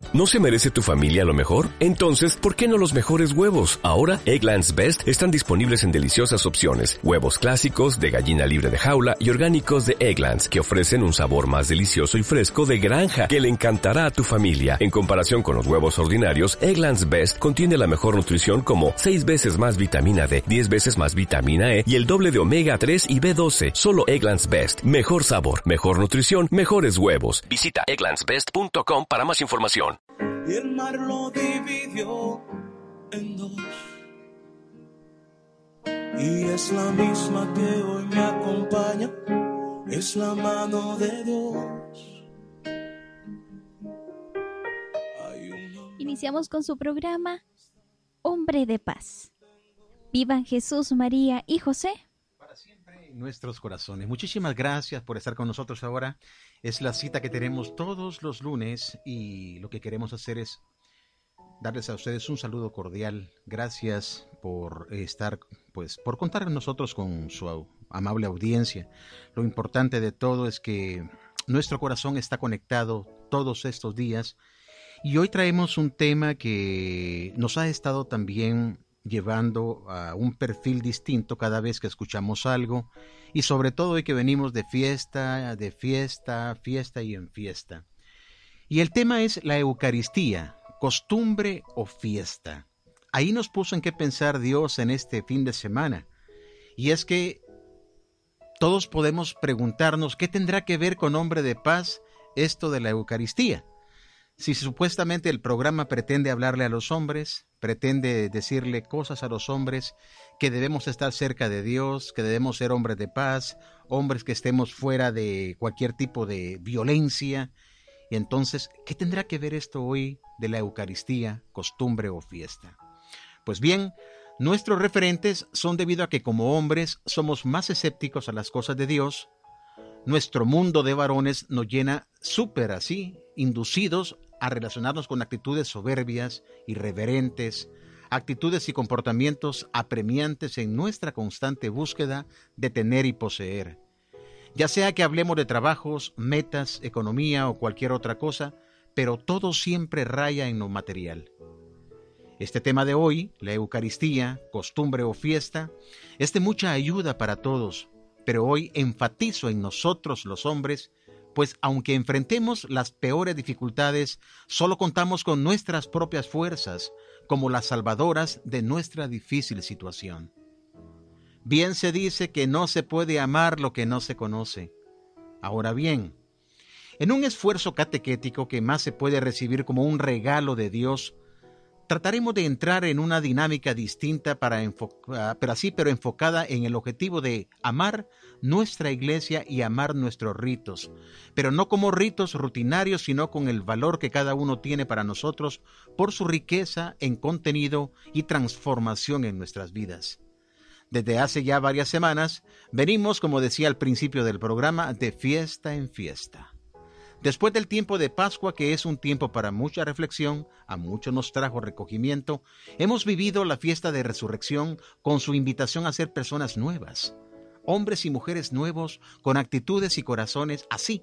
¿No se merece tu familia lo mejor? Entonces, ¿por qué no los mejores huevos? Ahora, Eggland's Best están disponibles en deliciosas opciones. Huevos clásicos, de gallina libre de jaula y orgánicos de Eggland's, que ofrecen un sabor más delicioso y fresco de granja que le encantará a tu familia. En comparación con los huevos ordinarios, Eggland's Best contiene la mejor nutrición como 6 veces más vitamina D, 10 veces más vitamina E y el doble de omega 3 y B12. Solo Eggland's Best. Mejor sabor, mejor nutrición, mejores huevos. Visita egglandsbest.com para más información. Y el mar lo dividió en dos, y es la misma que hoy me acompaña, es la mano de Dios. Iniciamos con su programa Hombre de Paz. Vivan Jesús, María y José para siempre en nuestros corazones. Muchísimas gracias por estar con nosotros ahora. Es la cita que tenemos todos los lunes y lo que queremos hacer es darles a ustedes un saludo cordial. Gracias por estar, por contar con nosotros con su amable audiencia. Lo importante de todo es que nuestro corazón está conectado todos estos días y hoy traemos un tema que nos ha estado también llevando a un perfil distinto cada vez que escuchamos algo y sobre todo hoy que venimos de fiesta y en fiesta. Y el tema es la Eucaristía, costumbre o fiesta. Ahí nos puso en qué pensar Dios en este fin de semana. Y es que todos podemos preguntarnos qué tendrá que ver con Hombre de Paz esto de la Eucaristía. Si supuestamente el programa pretende hablarle a los hombres, pretende decirle cosas a los hombres, que debemos estar cerca de Dios, que debemos ser hombres de paz, hombres que estemos fuera de cualquier tipo de violencia. Y entonces, ¿qué tendrá que ver esto hoy de la Eucaristía, costumbre o fiesta? Pues bien, nuestros referentes son debido a que como hombres somos más escépticos a las cosas de Dios. Nuestro mundo de varones nos llena súper así, inducidos a relacionarnos con actitudes soberbias, irreverentes, actitudes y comportamientos apremiantes en nuestra constante búsqueda de tener y poseer. Ya sea que hablemos de trabajos, metas, economía o cualquier otra cosa, pero todo siempre raya en lo material. Este tema de hoy, la Eucaristía, costumbre o fiesta, es de mucha ayuda para todos, pero hoy enfatizo en nosotros los hombres, pues aunque enfrentemos las peores dificultades, solo contamos con nuestras propias fuerzas como las salvadoras de nuestra difícil situación. Bien se dice que no se puede amar lo que no se conoce. Ahora bien, en un esfuerzo catequético que más se puede recibir como un regalo de Dios, trataremos de entrar en una dinámica distinta pero enfocada en el objetivo de amar nuestra iglesia y amar nuestros ritos, pero no como ritos rutinarios, sino con el valor que cada uno tiene para nosotros por su riqueza en contenido y transformación en nuestras vidas. Desde hace ya varias semanas, venimos, como decía al principio del programa, de fiesta en fiesta. Después del tiempo de Pascua, que es un tiempo para mucha reflexión, a muchos nos trajo recogimiento, hemos vivido la fiesta de resurrección con su invitación a ser personas nuevas, hombres y mujeres nuevos con actitudes y corazones así,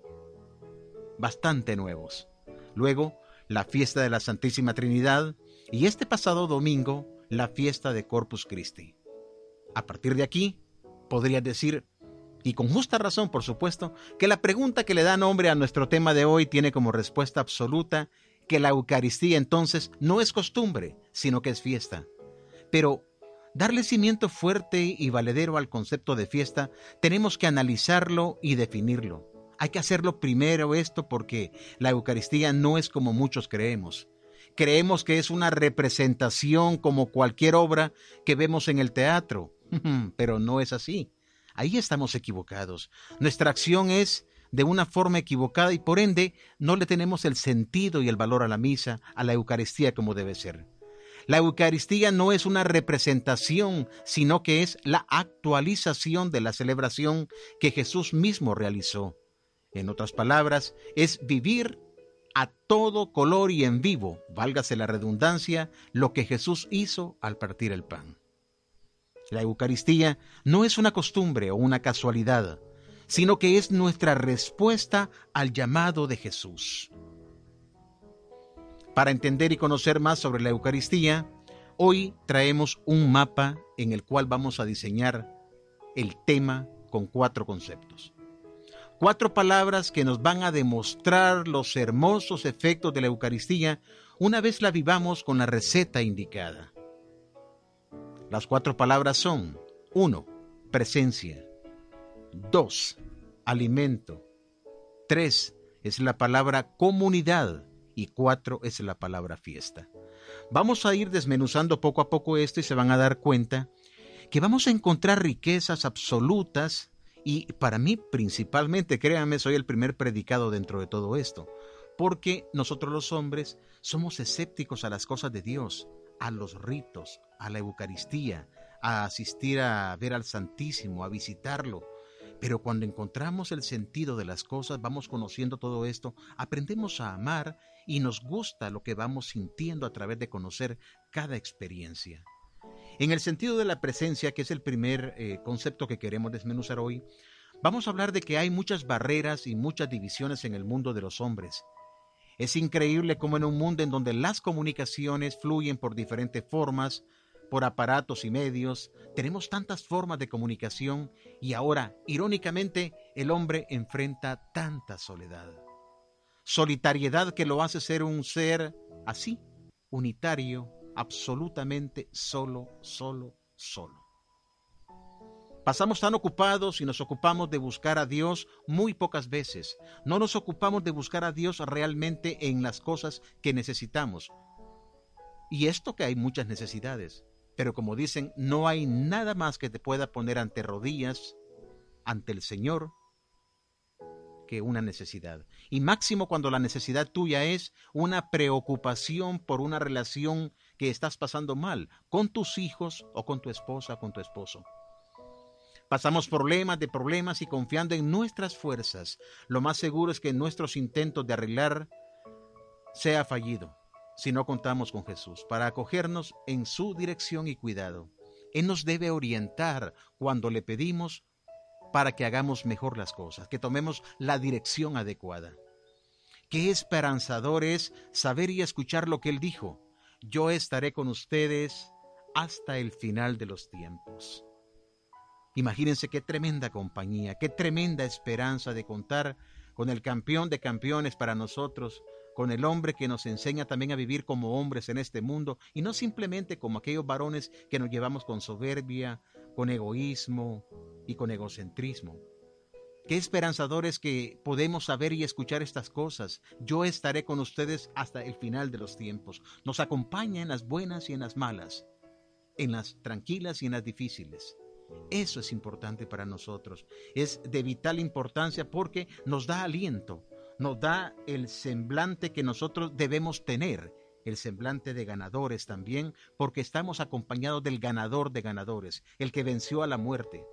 bastante nuevos. Luego, la fiesta de la Santísima Trinidad y este pasado domingo, la fiesta de Corpus Christi. A partir de aquí, podrías decir, y con justa razón, por supuesto, que la pregunta que le da nombre a nuestro tema de hoy tiene como respuesta absoluta que la Eucaristía entonces no es costumbre, sino que es fiesta. Pero darle cimiento fuerte y valedero al concepto de fiesta, tenemos que analizarlo y definirlo. Hay que hacerlo primero esto porque la Eucaristía no es como muchos creemos. Creemos que es una representación como cualquier obra que vemos en el teatro, pero no es así. Ahí estamos equivocados. Nuestra acción es de una forma equivocada y por ende no le tenemos el sentido y el valor a la misa, a la Eucaristía como debe ser. La Eucaristía no es una representación, sino que es la actualización de la celebración que Jesús mismo realizó. En otras palabras, es vivir a todo color y en vivo, válgase la redundancia, lo que Jesús hizo al partir el pan. La Eucaristía no es una costumbre o una casualidad, sino que es nuestra respuesta al llamado de Jesús. Para entender y conocer más sobre la Eucaristía, hoy traemos un mapa en el cual vamos a diseñar el tema con 4 conceptos. 4 palabras que nos van a demostrar los hermosos efectos de la Eucaristía una vez la vivamos con la receta indicada. Las 4 palabras son: 1. Presencia. 2. Alimento. 3. Es la palabra comunidad. Y 4 es la palabra fiesta. Vamos a ir desmenuzando poco a poco esto y se van a dar cuenta que vamos a encontrar riquezas absolutas y para mí principalmente, créanme, soy el primer predicado dentro de todo esto, porque nosotros los hombres somos escépticos a las cosas de Dios, a los ritos, a la Eucaristía, a asistir a ver al Santísimo, a visitarlo. Pero cuando encontramos el sentido de las cosas, vamos conociendo todo esto, aprendemos a amar y nos gusta lo que vamos sintiendo a través de conocer cada experiencia. En el sentido de la presencia, que es el primer concepto que queremos desmenuzar hoy, vamos a hablar de que hay muchas barreras y muchas divisiones en el mundo de los hombres. Es increíble cómo en un mundo en donde las comunicaciones fluyen por diferentes formas, por aparatos y medios, tenemos tantas formas de comunicación y ahora, irónicamente, el hombre enfrenta tanta soledad. Solitariedad que lo hace ser un ser así, unitario, absolutamente solo. Pasamos tan ocupados y nos ocupamos de buscar a Dios muy pocas veces. No nos ocupamos de buscar a Dios realmente en las cosas que necesitamos. Y esto que hay muchas necesidades. Pero como dicen, no hay nada más que te pueda poner ante rodillas, ante el Señor, que una necesidad. Y máximo cuando la necesidad tuya es una preocupación por una relación que estás pasando mal, con tus hijos o con tu esposa o con tu esposo. Pasamos problemas de problemas y confiando en nuestras fuerzas, lo más seguro es que nuestros intentos de arreglar sea fallido. Si no contamos con Jesús, para acogernos en su dirección y cuidado. Él nos debe orientar cuando le pedimos para que hagamos mejor las cosas, que tomemos la dirección adecuada. Qué esperanzador es saber y escuchar lo que Él dijo: yo estaré con ustedes hasta el final de los tiempos. Imagínense qué tremenda compañía, qué tremenda esperanza de contar con el campeón de campeones para nosotros, con el hombre que nos enseña también a vivir como hombres en este mundo y no simplemente como aquellos varones que nos llevamos con soberbia, con egoísmo y con egocentrismo. Qué esperanzador es que podemos saber y escuchar estas cosas. Yo estaré con ustedes hasta el final de los tiempos. Nos acompaña en las buenas y en las malas, en las tranquilas y en las difíciles. Eso es importante para nosotros. Es de vital importancia porque nos da aliento. Nos da el semblante que nosotros debemos tener, el semblante de ganadores también, porque estamos acompañados del ganador de ganadores, el que venció a la muerte.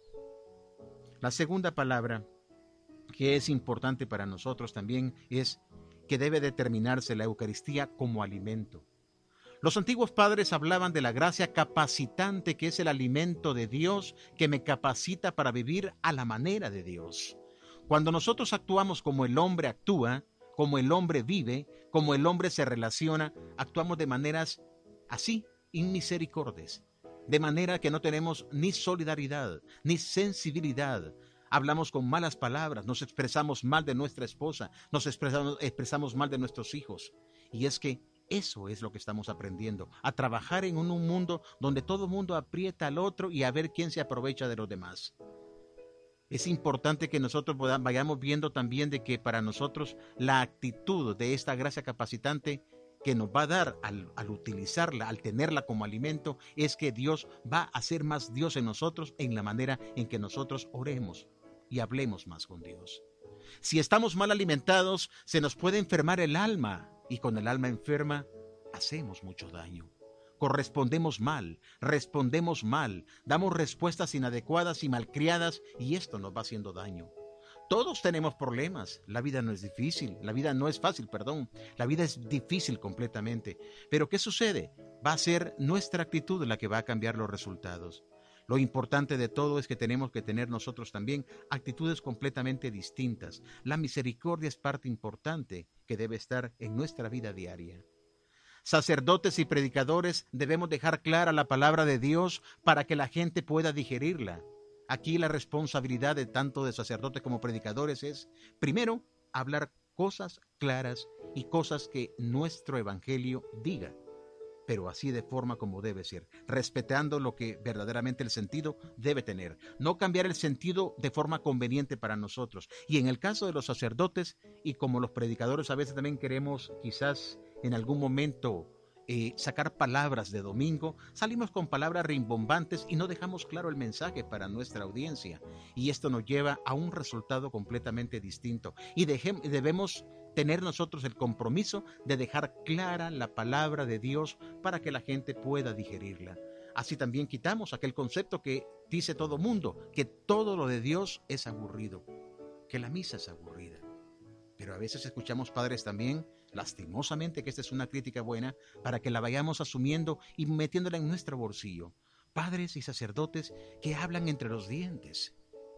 La segunda palabra que es importante para nosotros también es que debe determinarse la Eucaristía como alimento. Los antiguos padres hablaban de la gracia capacitante, que es el alimento de Dios que me capacita para vivir a la manera de Dios. Cuando nosotros actuamos como el hombre actúa, como el hombre vive, como el hombre se relaciona, actuamos de maneras así, inmisericordes, de manera que no tenemos ni solidaridad, ni sensibilidad. Hablamos con malas palabras, nos expresamos mal de nuestra esposa, nos expresamos mal de nuestros hijos. Y es que eso es lo que estamos aprendiendo, a trabajar en un mundo donde todo el mundo aprieta al otro y a ver quién se aprovecha de los demás. Es importante que nosotros vayamos viendo también de que para nosotros la actitud de esta gracia capacitante que nos va a dar al utilizarla, al tenerla como alimento, es que Dios va a ser más Dios en nosotros en la manera en que nosotros oremos y hablemos más con Dios. Si estamos mal alimentados, se nos puede enfermar el alma y con el alma enferma hacemos mucho daño. Correspondemos mal, respondemos mal, damos respuestas inadecuadas y malcriadas y esto nos va haciendo daño. Todos tenemos problemas, la vida no es difícil, la vida no es fácil, la vida es difícil completamente. Pero ¿qué sucede? Va a ser nuestra actitud la que va a cambiar los resultados. Lo importante de todo es que tenemos que tener nosotros también actitudes completamente distintas. La misericordia es parte importante que debe estar en nuestra vida diaria. Sacerdotes y predicadores debemos dejar clara la palabra de Dios para que la gente pueda digerirla. Aquí la responsabilidad de tanto de sacerdotes como predicadores es, primero, hablar cosas claras y cosas que nuestro evangelio diga, pero así de forma como debe ser, respetando lo que verdaderamente el sentido debe tener, no cambiar el sentido de forma conveniente para nosotros. Y en el caso de los sacerdotes, y como los predicadores a veces también queremos quizás en algún momento sacar palabras de domingo, salimos con palabras rimbombantes y no dejamos claro el mensaje para nuestra audiencia, y esto nos lleva a un resultado completamente distinto, y debemos tener nosotros el compromiso de dejar clara la palabra de Dios para que la gente pueda digerirla. Así también quitamos aquel concepto que dice todo mundo, que todo lo de Dios es aburrido, que la misa es aburrida. Pero a veces escuchamos padres también, lastimosamente, que esta es una crítica buena, para que la vayamos asumiendo y metiéndola en nuestro bolsillo. Padres y sacerdotes que hablan entre los dientes.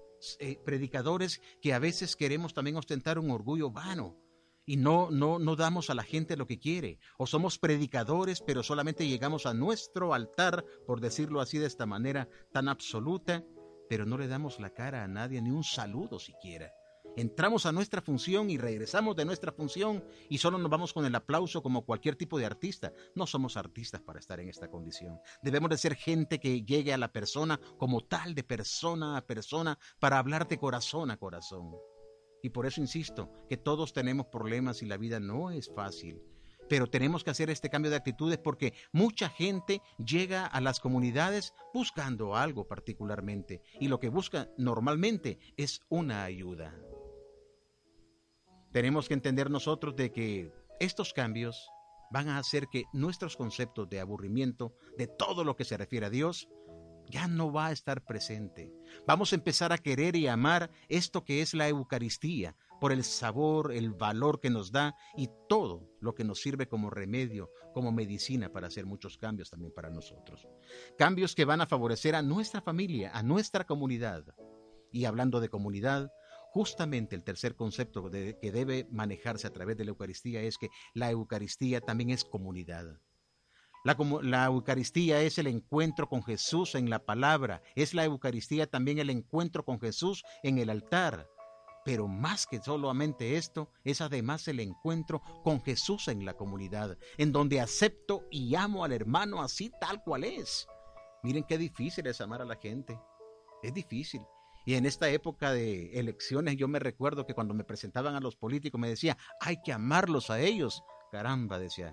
Predicadores que a veces queremos también ostentar un orgullo vano y no damos a la gente lo que quiere. O somos predicadores, pero solamente llegamos a nuestro altar, por decirlo así de esta manera tan absoluta, pero no le damos la cara a nadie, ni un saludo siquiera. Entramos a nuestra función y regresamos de nuestra función y solo nos vamos con el aplauso como cualquier tipo de artista. No somos artistas para estar en esta condición. Debemos de ser gente que llegue a la persona como tal, de persona a persona, para hablar de corazón a corazón. Y por eso insisto, que todos tenemos problemas y la vida no es fácil. Pero tenemos que hacer este cambio de actitudes porque mucha gente llega a las comunidades buscando algo particularmente. Y lo que busca normalmente es una ayuda. Tenemos que entender nosotros de que estos cambios van a hacer que nuestros conceptos de aburrimiento, de todo lo que se refiere a Dios, ya no va a estar presente. Vamos a empezar a querer y amar esto que es la Eucaristía, por el sabor, el valor que nos da y todo lo que nos sirve como remedio, como medicina para hacer muchos cambios también para nosotros. Cambios que van a favorecer a nuestra familia, a nuestra comunidad. Y hablando de comunidad, justamente el tercer concepto que debe manejarse a través de la Eucaristía es que la Eucaristía también es comunidad. La Eucaristía es el encuentro con Jesús en la palabra, es la Eucaristía también el encuentro con Jesús en el altar. Pero más que solamente esto, es además el encuentro con Jesús en la comunidad, en donde acepto y amo al hermano así tal cual es. Miren qué difícil es amar a la gente, es difícil. Y en esta época de elecciones yo me recuerdo que cuando me presentaban a los políticos me decía, hay que amarlos a ellos. Caramba, decía,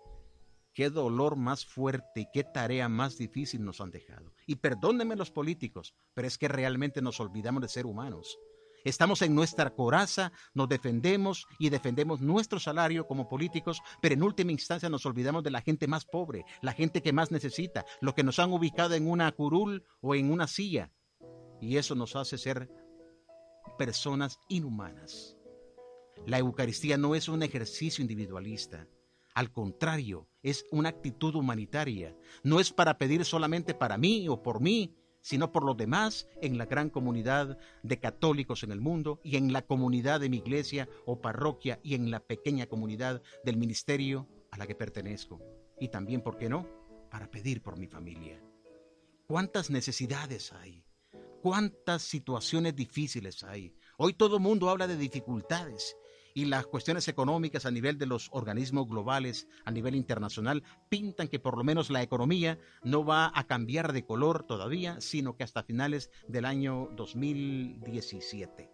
qué dolor más fuerte y qué tarea más difícil nos han dejado. Y perdónenme los políticos, pero es que realmente nos olvidamos de ser humanos. Estamos en nuestra coraza, nos defendemos y defendemos nuestro salario como políticos, pero en última instancia nos olvidamos de la gente más pobre, la gente que más necesita, los que nos han ubicado en una curul o en una silla. Y eso nos hace ser personas inhumanas. La Eucaristía no es un ejercicio individualista. Al contrario, es una actitud humanitaria. No es para pedir solamente para mí o por mí, sino por los demás en la gran comunidad de católicos en el mundo y en la comunidad de mi iglesia o parroquia y en la pequeña comunidad del ministerio a la que pertenezco. Y también, ¿por qué no?, para pedir por mi familia. ¿Cuántas necesidades hay? ¿Cuántas situaciones difíciles hay? Hoy todo el mundo habla de dificultades y las cuestiones económicas a nivel de los organismos globales, a nivel internacional, pintan que por lo menos la economía no va a cambiar de color todavía, sino que hasta finales del año 2017,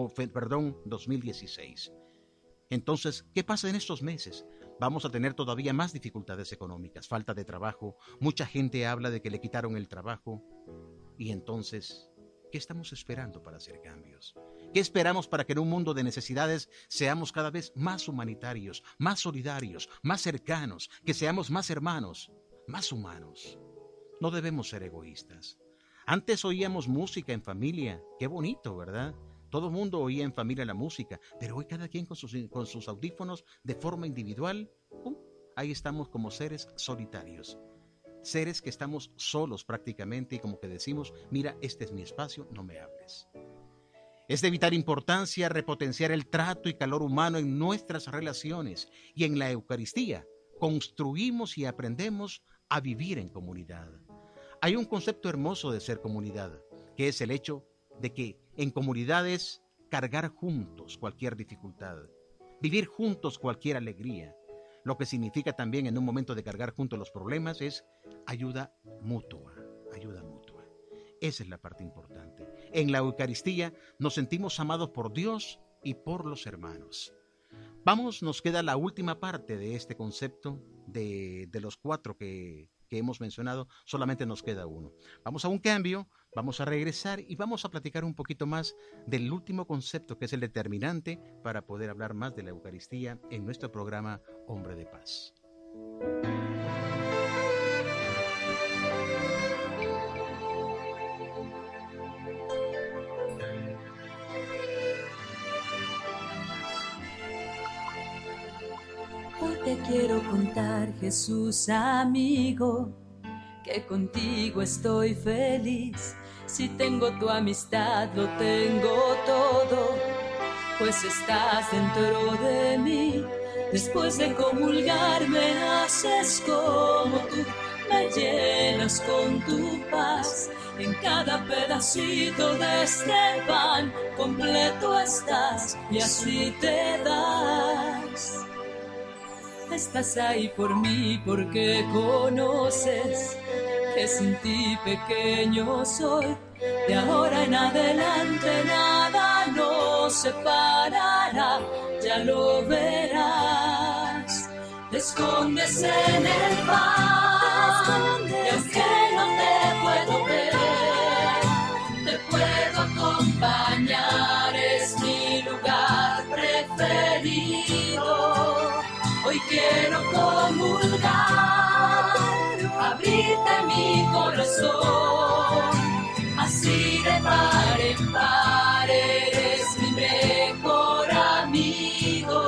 2016. Entonces, ¿qué pasa en estos meses? Vamos a tener todavía más dificultades económicas, falta de trabajo, mucha gente habla de que le quitaron el trabajo y entonces, ¿qué estamos esperando para hacer cambios? ¿Qué esperamos para que en un mundo de necesidades seamos cada vez más humanitarios, más solidarios, más cercanos, que seamos más hermanos, más humanos? No debemos ser egoístas. Antes oíamos música en familia, qué bonito, ¿verdad? Todo el mundo oía en familia la música, pero hoy cada quien con sus audífonos de forma individual, ahí estamos como seres solitarios. seres que estamos solos prácticamente y como que decimos, mira, este es mi espacio, no me hables. Es de vital importancia repotenciar el trato y calor humano en nuestras relaciones, y en la Eucaristía construimos y aprendemos a vivir en comunidad. Hay un concepto hermoso de ser comunidad, que es el hecho de que en comunidades cargar juntos cualquier dificultad, vivir juntos cualquier alegría. Lo que significa también en un momento de cargar juntos los problemas es ayuda mutua, ayuda mutua. Esa es la parte importante. En la Eucaristía nos sentimos amados por Dios y por los hermanos. Vamos, nos queda la última parte de este concepto de los 4 que hemos mencionado, solamente nos queda uno. Vamos a un cambio, vamos a regresar y vamos a platicar un poquito más del último concepto que es el determinante para poder hablar más de la Eucaristía en nuestro programa Hombre de Paz. Hoy te quiero contar, Jesús amigo, que contigo estoy feliz. Si tengo tu amistad, lo tengo todo, pues estás dentro de mí. Después de comulgar me haces como tú, me llenas con tu paz. En cada pedacito de este pan completo estás y así te das. Estás ahí por mí porque conoces que sin ti pequeño soy. De ahora en adelante nada nos separará, ya lo verás. Te escondes en el pan y aunque no te puedo ver, te puedo acompañar, es mi lugar preferido. Hoy quiero comulgar, abrirte mi corazón, así de par en par eres mi mejor amigo.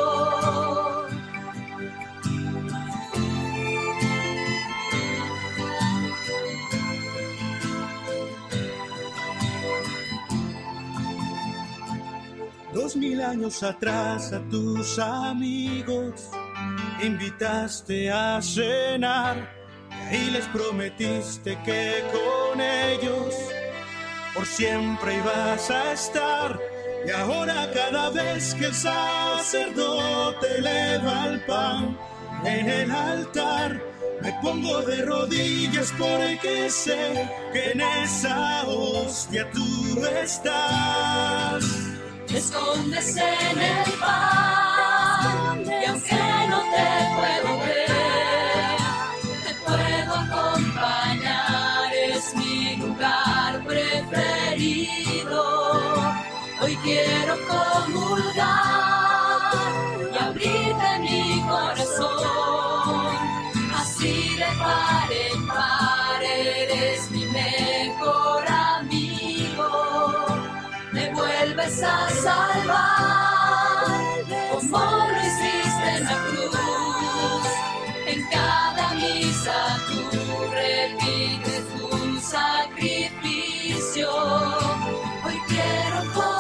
Dos mil años atrás a tus amigos invitaste a cenar y ahí les prometiste que con ellos por siempre ibas a estar. Y ahora cada vez que el sacerdote eleva el pan en el altar, me pongo de rodillas porque sé que en esa hostia tú estás. Te escondes en el pan y aunque no te puedo ver, te puedo acompañar, es mi lugar preferido. Hoy quiero comulgar y abrirte mi corazón, así de par en par eres mi mejor amigo. Me vuelves a salvar como lo hiciste en la cruz. En cada misa tú repites un sacrificio. Hoy quiero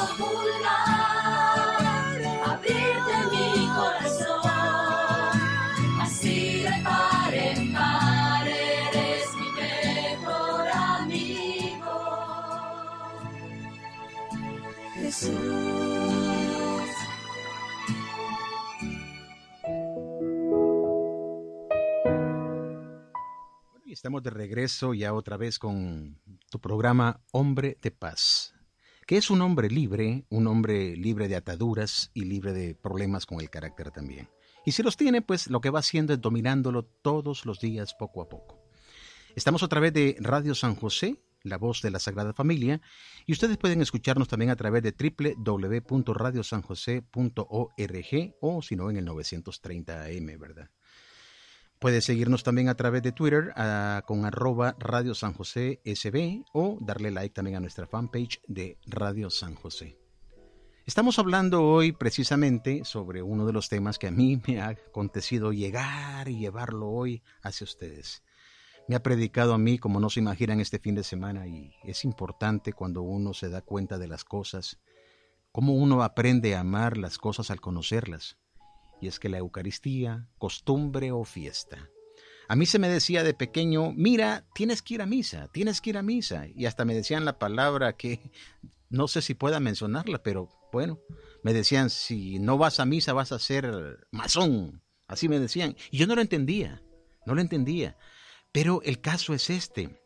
comulgar, abrirte mi corazón, así de par en par eres mi mejor amigo. Jesús. Bueno, y estamos de regreso ya otra vez con tu programa Hombre de Paz, que es un hombre libre de ataduras y libre de problemas con el carácter también. Y si los tiene, pues lo que va haciendo es dominándolo todos los días, poco a poco. Estamos a través de Radio San José, la voz de la Sagrada Familia, y ustedes pueden escucharnos también a través de www.radiosanjose.org o si no en el 930 AM, ¿verdad? Puedes seguirnos también a través de Twitter con @Radio San José SB o darle like también a nuestra fanpage de Radio San José. Estamos hablando hoy precisamente sobre uno de los temas que a mí me ha acontecido llegar y llevarlo hoy hacia ustedes. me ha predicado a mí como no se imaginan este fin de semana, y es importante cuando uno se da cuenta de las cosas, cómo uno aprende a amar las cosas al conocerlas. Y es que la Eucaristía, costumbre o fiesta. A mí se me decía de pequeño, mira, tienes que ir a misa, tienes que ir a misa. Y hasta me decían la palabra que no sé si pueda mencionarla, pero bueno, me decían, si no vas a misa vas a ser masón. Así me decían. Y yo no lo entendía. Pero el caso es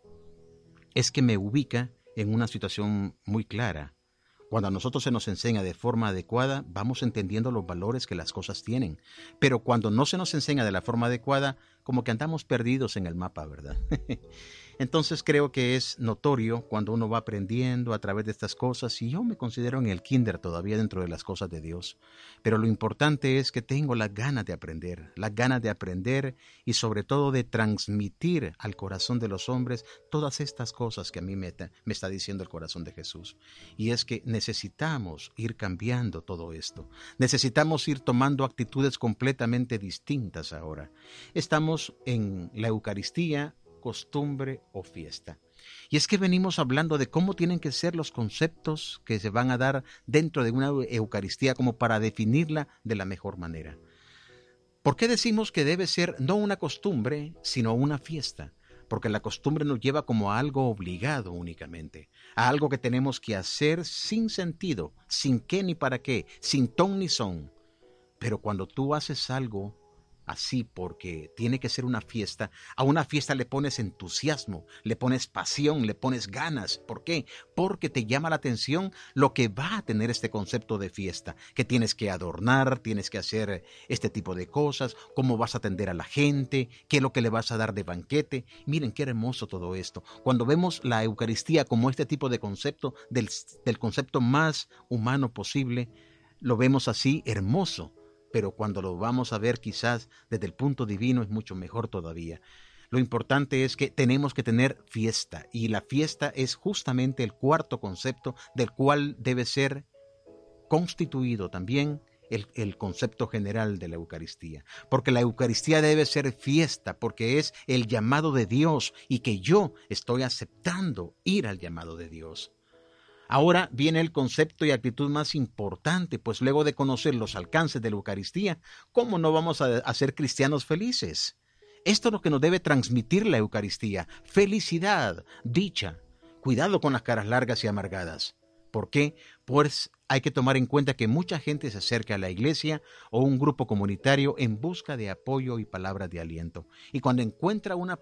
es que me ubica en una situación muy clara. Cuando a nosotros se nos enseña de forma adecuada, vamos entendiendo los valores que las cosas tienen. Pero cuando no se nos enseña de la forma adecuada, como que andamos perdidos en el mapa, ¿verdad? Entonces creo que es notorio cuando uno va aprendiendo a través de estas cosas, y yo me considero en el kinder todavía dentro de las cosas de Dios. Pero lo importante es que tengo las ganas de aprender y sobre todo de transmitir al corazón de los hombres todas estas cosas que a mí me está diciendo el corazón de Jesús. Y es que necesitamos ir cambiando todo esto. Necesitamos ir tomando actitudes completamente distintas ahora. Estamos en la Eucaristía, costumbre o fiesta. Y es que venimos hablando de cómo tienen que ser los conceptos que se van a dar dentro de una Eucaristía como para definirla de la mejor manera. ¿Por qué decimos que debe ser no una costumbre, sino una fiesta? Porque la costumbre nos lleva como a algo obligado únicamente, a algo que tenemos que hacer sin sentido, sin qué ni para qué, sin ton ni son. Pero cuando tú haces algo así porque tiene que ser una fiesta, a una fiesta le pones entusiasmo, le pones pasión, le pones ganas. ¿Por qué? Porque te llama la atención lo que va a tener este concepto de fiesta, que tienes que adornar, tienes que hacer este tipo de cosas, cómo vas a atender a la gente, qué es lo que le vas a dar de banquete. Miren qué hermoso todo esto. Cuando vemos la Eucaristía como este tipo de concepto, del concepto más humano posible, lo vemos así hermoso. Pero cuando lo vamos a ver quizás desde el punto divino es mucho mejor todavía. Lo importante es que tenemos que tener fiesta, y la fiesta es justamente el cuarto concepto del cual debe ser constituido también el concepto general de la Eucaristía. Porque la Eucaristía debe ser fiesta, porque es el llamado de Dios y que yo estoy aceptando ir al llamado de Dios. Ahora viene el concepto y actitud más importante, pues luego de conocer los alcances de la Eucaristía, ¿cómo no vamos a ser cristianos felices? Esto es lo que nos debe transmitir la Eucaristía: felicidad, dicha. Cuidado con las caras largas y amargadas. ¿Por qué? Pues hay que tomar en cuenta que mucha gente se acerca a la iglesia o un grupo comunitario en busca de apoyo y palabras de aliento. Y cuando encuentra una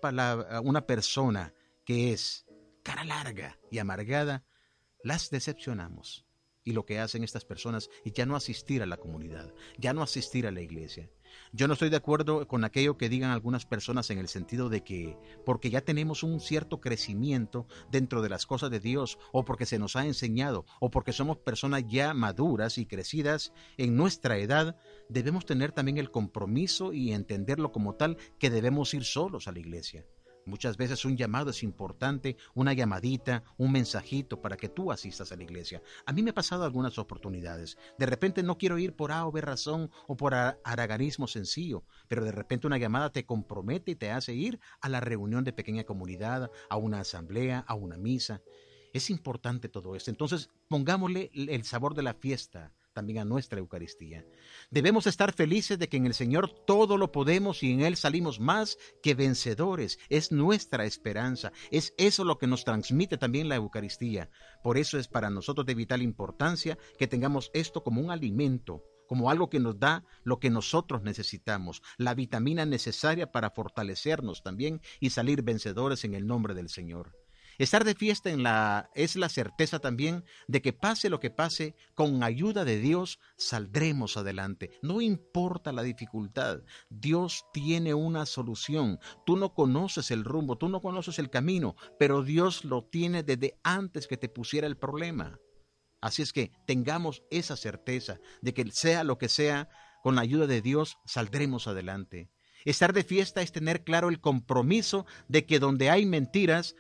persona que es cara larga y amargada, las decepcionamos. Y lo que hacen estas personas es ya no asistir a la comunidad, ya no asistir a la iglesia. Yo no estoy de acuerdo con aquello que digan algunas personas en el sentido de que porque ya tenemos un cierto crecimiento dentro de las cosas de Dios, o porque se nos ha enseñado, o porque somos personas ya maduras y crecidas en nuestra edad, debemos tener también el compromiso y entenderlo como tal, que debemos ir solos a la iglesia. Muchas veces un llamado es importante, una llamadita, un mensajito para que tú asistas a la iglesia. A mí me ha pasado algunas oportunidades. De repente no quiero ir por A o B razón o por haraganismo sencillo, pero de repente una llamada te compromete y te hace ir a la reunión de pequeña comunidad, a una asamblea, a una misa. Es importante todo esto. Entonces pongámosle el sabor de la fiesta también a nuestra Eucaristía. Debemos estar felices de que en el Señor todo lo podemos y en Él salimos más que vencedores. Es nuestra esperanza. Es eso lo que nos transmite también la Eucaristía. Por eso es para nosotros de vital importancia que tengamos esto como un alimento, como algo que nos da lo que nosotros necesitamos, la vitamina necesaria para fortalecernos también y salir vencedores en el nombre del Señor. Estar de fiesta es la certeza también de que pase lo que pase, con ayuda de Dios saldremos adelante. No importa la dificultad, Dios tiene una solución. Tú no conoces el rumbo, tú no conoces el camino, pero Dios lo tiene desde antes que te pusiera el problema. Así es que tengamos esa certeza de que sea lo que sea, con la ayuda de Dios saldremos adelante. Estar de fiesta es tener claro el compromiso de que donde hay mentiras,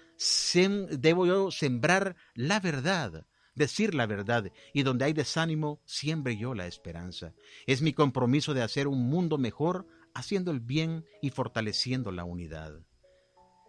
debo yo sembrar la verdad, decir la verdad, y donde hay desánimo, siembre yo la esperanza. Es mi compromiso de hacer un mundo mejor, haciendo el bien y fortaleciendo la unidad.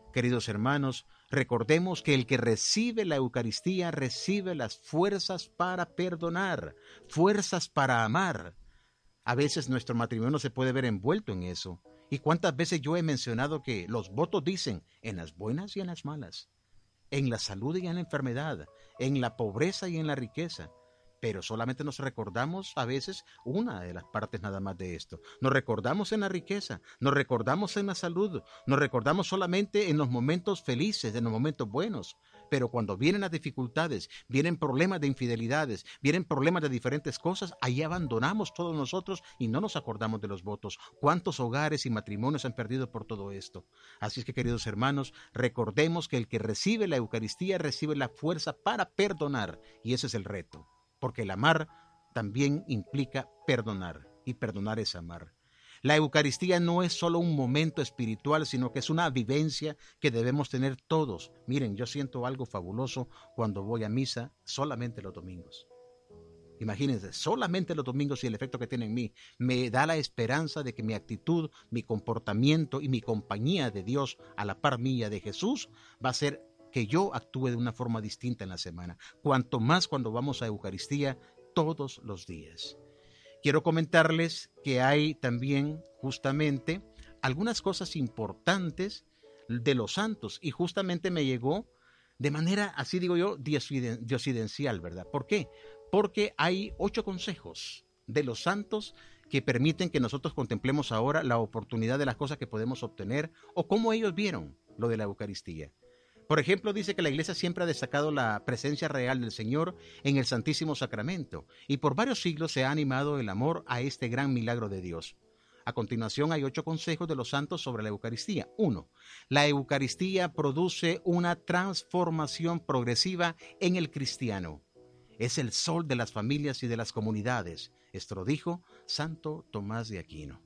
Queridos hermanos, recordemos que el que recibe la Eucaristía recibe las fuerzas para perdonar, fuerzas para amar. A veces nuestro matrimonio se puede ver envuelto en eso. ¿Y cuántas veces yo he mencionado que los votos dicen en las buenas y en las malas, en la salud y en la enfermedad, en la pobreza y en la riqueza? Pero solamente nos recordamos a veces una de las partes nada más de esto. Nos recordamos en la riqueza, nos recordamos en la salud, nos recordamos solamente en los momentos felices, en los momentos buenos. Pero cuando vienen las dificultades, vienen problemas de infidelidades, vienen problemas de diferentes cosas, ahí abandonamos todos nosotros y no nos acordamos de los votos. ¿Cuántos hogares y matrimonios han perdido por todo esto? Así es que, queridos hermanos, recordemos que el que recibe la Eucaristía recibe la fuerza para perdonar, y ese es el reto. Porque el amar también implica perdonar, y perdonar es amar. La Eucaristía no es solo un momento espiritual, sino que es una vivencia que debemos tener todos. Miren, yo siento algo fabuloso cuando voy a misa solamente los domingos. Imagínense, solamente los domingos, y el efecto que tiene en mí me da la esperanza de que mi actitud, mi comportamiento y mi compañía de Dios a la par mía de Jesús va a ser que yo actúe de una forma distinta en la semana, cuanto más cuando vamos a Eucaristía todos los días. Quiero comentarles que hay también justamente algunas cosas importantes de los santos, y justamente me llegó de manera, así digo yo, diosidencial, ¿verdad? ¿Por qué? Porque hay 8 consejos de los santos que permiten que nosotros contemplemos ahora la oportunidad de las cosas que podemos obtener o cómo ellos vieron lo de la Eucaristía. Por ejemplo, dice que la Iglesia siempre ha destacado la presencia real del Señor en el Santísimo Sacramento, y por varios siglos se ha animado el amor a este gran milagro de Dios. A continuación hay 8 consejos de los santos sobre la Eucaristía. 1. La Eucaristía produce una transformación progresiva en el cristiano. Es el sol de las familias y de las comunidades. Esto lo dijo Santo Tomás de Aquino.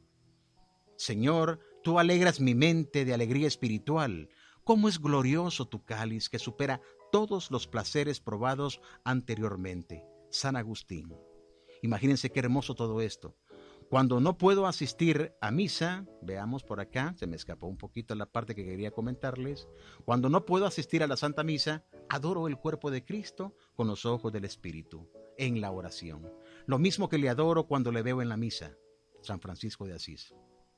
Señor, tú alegras mi mente de alegría espiritual. ¿Cómo es glorioso tu cáliz que supera todos los placeres probados anteriormente? San Agustín. Imagínense qué hermoso todo esto. Cuando no puedo asistir a misa, veamos por acá, se me escapó un poquito la parte que quería comentarles. Cuando no puedo asistir a la Santa Misa, adoro el cuerpo de Cristo con los ojos del Espíritu, en la oración. Lo mismo que le adoro cuando le veo en la misa. San Francisco de Asís.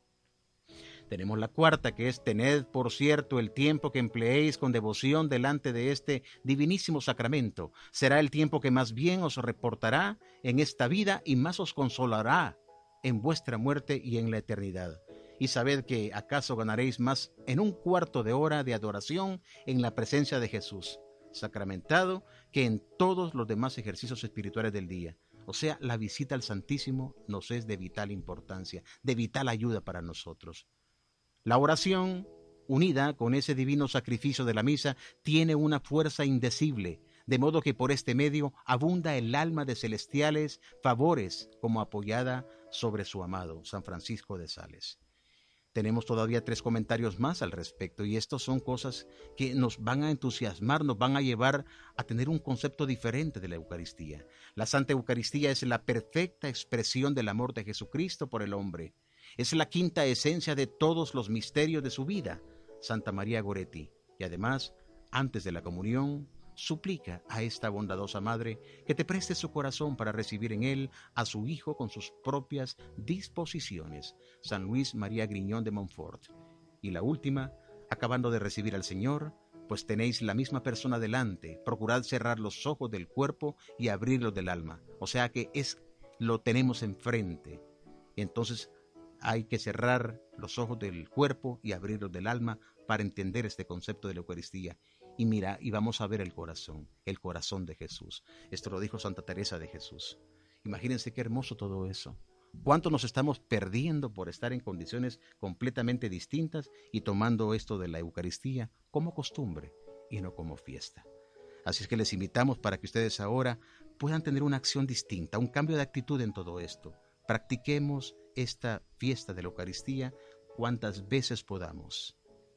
Tenemos la cuarta, que es: tened por cierto el tiempo que empleéis con devoción delante de este divinísimo sacramento. Será el tiempo que más bien os reportará en esta vida y más os consolará en vuestra muerte y en la eternidad. Y sabed que acaso ganaréis más en un cuarto de hora de adoración en la presencia de Jesús sacramentado que en todos los demás ejercicios espirituales del día. O sea, la visita al Santísimo nos es de vital importancia, de vital ayuda para nosotros. La oración, unida con ese divino sacrificio de la misa, tiene una fuerza indecible, de modo que por este medio abunda el alma de celestiales favores como apoyada sobre su amado San Francisco de Sales. Tenemos todavía 3 comentarios más al respecto, y estos son cosas que nos van a entusiasmar, nos van a llevar a tener un concepto diferente de la Eucaristía. La Santa Eucaristía es la perfecta expresión del amor de Jesucristo por el hombre. Es la quinta esencia de todos los misterios de su vida, Santa María Goretti, y además, antes de la comunión, suplica a esta bondadosa Madre que te preste su corazón para recibir en él a su Hijo con sus propias disposiciones, San Luis María Griñón de Montfort. Y la última, acabando de recibir al Señor, pues tenéis la misma persona delante, procurad cerrar los ojos del cuerpo y abrirlos del alma. O sea que lo tenemos enfrente. Entonces hay que cerrar los ojos del cuerpo y abrirlos del alma para entender este concepto de la Eucaristía. Y mira, y vamos a ver el corazón de Jesús. Esto lo dijo Santa Teresa de Jesús. Imagínense qué hermoso todo eso. ¿Cuánto nos estamos perdiendo por estar en condiciones completamente distintas y tomando esto de la Eucaristía como costumbre y no como fiesta? Así es que les invitamos para que ustedes ahora puedan tener una acción distinta, un cambio de actitud en todo esto. Practiquemos esta fiesta de la Eucaristía cuantas veces podamos.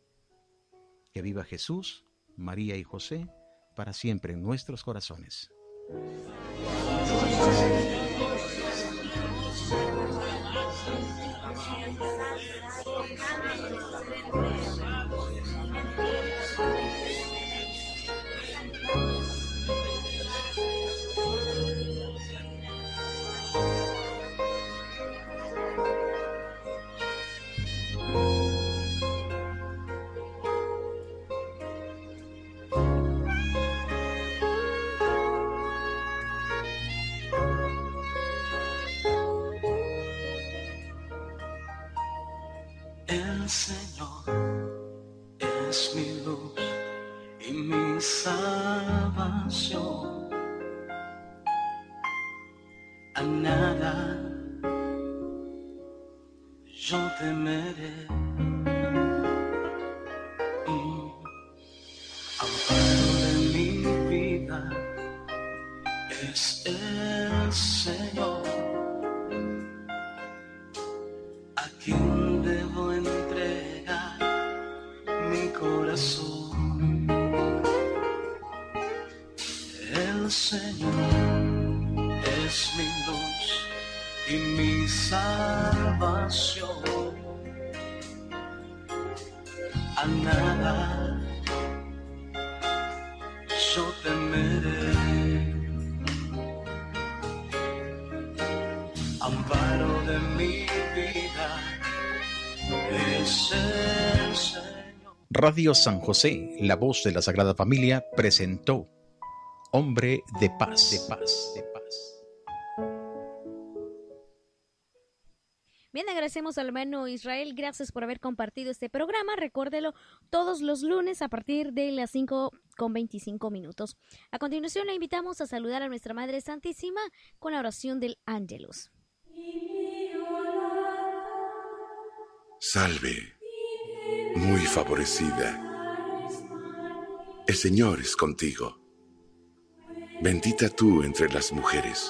Que viva Jesús, María y José, para siempre en nuestros corazones. El Señor es mi luz y mi salvación. A nada yo temeré. Amparo de mi vida es el Señor. A quien debo entregar mi corazón. El Señor es mi luz y mi salvación. A nada yo temeré. Amparo de mi vida es el Señor. Radio San José, la voz de la Sagrada Familia, presentó Hombre de Paz, de Paz, de Paz. Bien, agradecemos al hermano Israel, gracias por haber compartido este programa. Recuérdelo todos los lunes a partir de las 5:25. A continuación, le invitamos a saludar a nuestra Madre Santísima con la oración del Ángelus. Salve, muy favorecida. El Señor es contigo. Bendita tú entre las mujeres.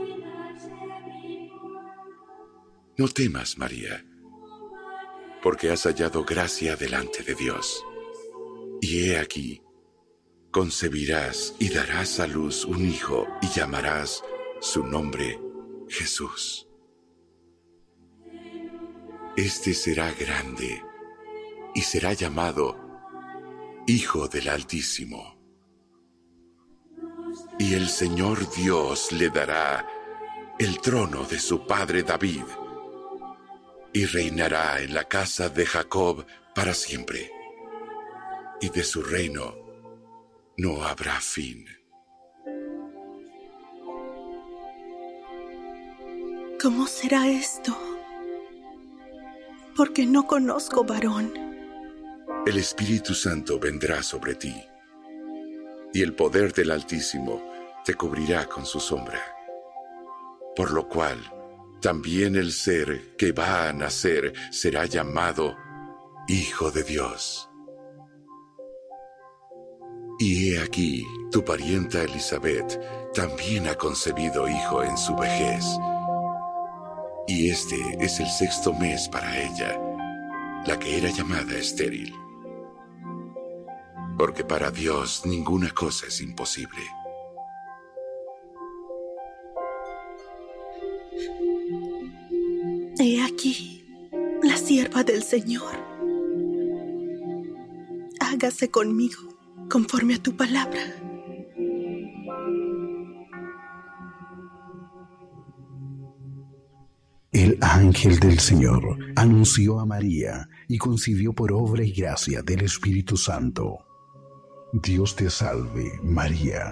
No temas, María, porque has hallado gracia delante de Dios. Y he aquí, concebirás y darás a luz un hijo y llamarás su nombre Jesús. Este será grande y será llamado Hijo del Altísimo. Y el Señor Dios le dará el trono de su padre David, y reinará en la casa de Jacob para siempre, y de su reino no habrá fin. ¿Cómo será esto? Porque no conozco varón. El Espíritu Santo vendrá sobre ti, y el poder del Altísimo te cubrirá con su sombra. Por lo cual, también el ser que va a nacer será llamado Hijo de Dios. Y he aquí, tu parienta Elizabeth también ha concebido hijo en su vejez. Y este es el 6º mes para ella, la que era llamada estéril. Porque para Dios ninguna cosa es imposible. He aquí, la sierva del Señor. Hágase conmigo conforme a tu palabra. El ángel del Señor anunció a María y concibió por obra y gracia del Espíritu Santo. Dios te salve, María,